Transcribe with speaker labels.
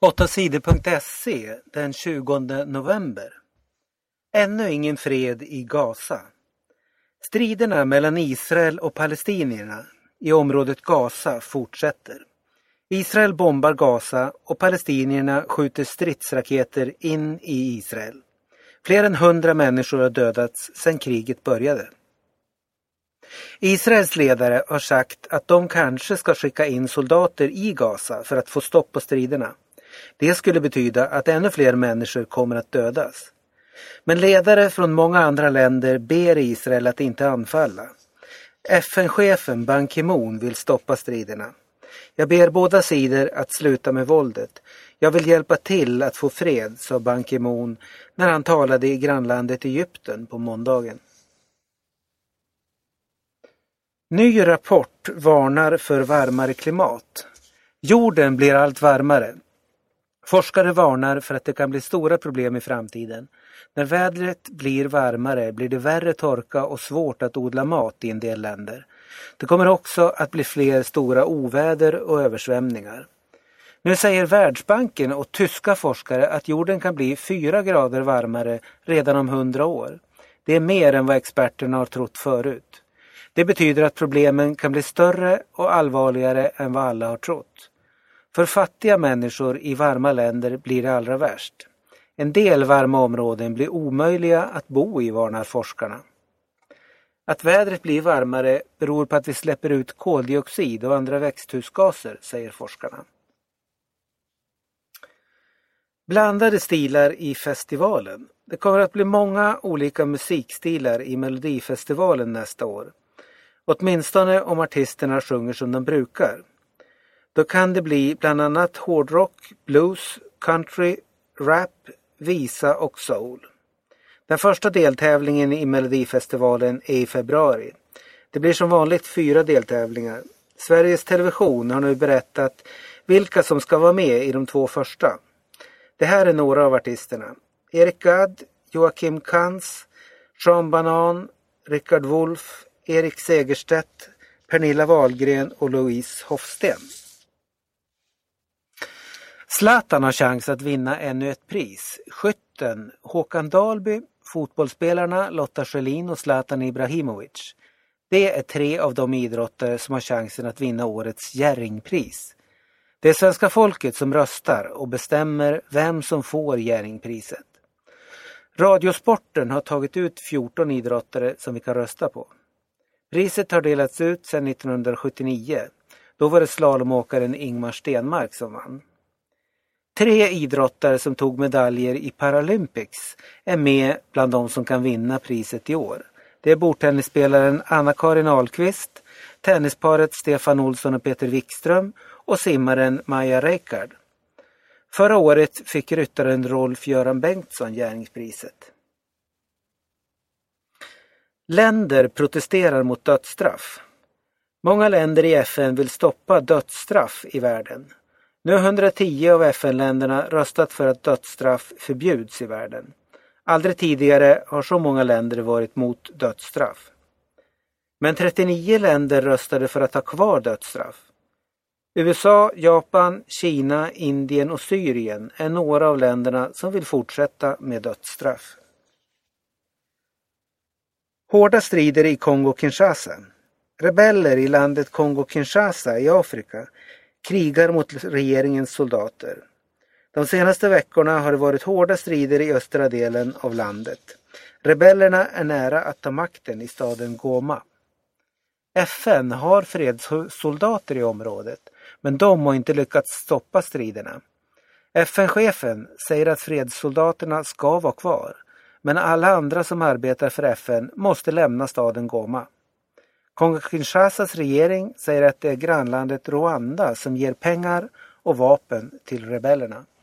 Speaker 1: 8sidor.se den 20 november. Ännu ingen fred i Gaza. Striderna mellan Israel och palestinierna i området Gaza fortsätter. Israel bombar Gaza och palestinierna skjuter stridsraketer in i Israel. Fler än 100 människor har dödats sedan kriget började. Israels ledare har sagt att de kanske ska skicka in soldater i Gaza för att få stopp på striderna. Det skulle betyda att ännu fler människor kommer att dödas. Men ledare från många andra länder ber Israel att inte anfalla. FN-chefen Ban Ki-moon vill stoppa striderna. Jag ber båda sidor att sluta med våldet. Jag vill hjälpa till att få fred, sa Ban Ki-moon när han talade i grannlandet Egypten på måndagen. Ny rapport varnar för varmare klimat. Jorden blir allt varmare. Forskare varnar för att det kan bli stora problem i framtiden. När vädret blir varmare blir det värre torka och svårt att odla mat i en del länder. Det kommer också att bli fler stora oväder och översvämningar. Nu säger Världsbanken och tyska forskare att jorden kan bli 4 grader varmare redan om 100 år. Det är mer än vad experterna har trott förut. Det betyder att problemen kan bli större och allvarligare än vad alla har trott. För fattiga människor i varma länder blir det allra värst. En del varma områden blir omöjliga att bo i, varnar forskarna. Att vädret blir varmare beror på att vi släpper ut koldioxid och andra växthusgaser, säger forskarna. Blandade stilar i festivalen. Det kommer att bli många olika musikstilar i Melodifestivalen nästa år. Åtminstone om artisterna sjunger som de brukar. Då kan det bli bland annat hårdrock, blues, country, rap, visa och soul. Den första deltävlingen i Melodifestivalen är i februari. Det blir som vanligt 4 deltävlingar. Sveriges Television har nu berättat vilka som ska vara med i de 2 första. Det här är några av artisterna. Eric Gadd, Joakim Kans, Sean Banan, Rickard Wolff, Erik Segerstedt, Pernilla Wahlgren och Louise Hofsten. Zlatan har chans att vinna ännu ett pris. Skytten Håkan Dahlby, fotbollsspelarna Lotta Schelin och Zlatan Ibrahimovic. Det är 3 av de idrottare som har chansen att vinna årets Jerringpris. Det är svenska folket som röstar och bestämmer vem som får Jerringpriset. Radiosporten har tagit ut 14 idrottare som vi kan rösta på. Priset har delats ut sedan 1979. Då var det slalomåkaren Ingmar Stenmark som vann. 3 idrottare som tog medaljer i Paralympics är med bland de som kan vinna priset i år. Det är bordtennisspelaren Anna-Karin Ahlqvist, tennisparet Stefan Olsson och Peter Wikström och simmaren Maja Reikard. Förra året fick ryttaren Rolf-Göran Bengtsson Jerringpriset. Länder protesterar mot dödsstraff. Många länder i FN vill stoppa dödsstraff i världen. Nu har 110 av FN-länderna röstat för att dödsstraff förbjuds i världen. Aldrig tidigare har så många länder varit mot dödsstraff. Men 39 länder röstade för att ha kvar dödsstraff. USA, Japan, Kina, Indien och Syrien är några av länderna som vill fortsätta med dödsstraff. Hårda strider i Kongo-Kinshasa. Rebeller i landet Kongo-Kinshasa i Afrika krigar mot regeringens soldater. De senaste veckorna har det varit hårda strider i östra delen av landet. Rebellerna är nära att ta makten i staden Goma. FN har fredssoldater i området, men de har inte lyckats stoppa striderna. FN-chefen säger att fredssoldaterna ska vara kvar, men alla andra som arbetar för FN måste lämna staden Goma. Kongo-Kinshasas regering säger att det är grannlandet Rwanda som ger pengar och vapen till rebellerna.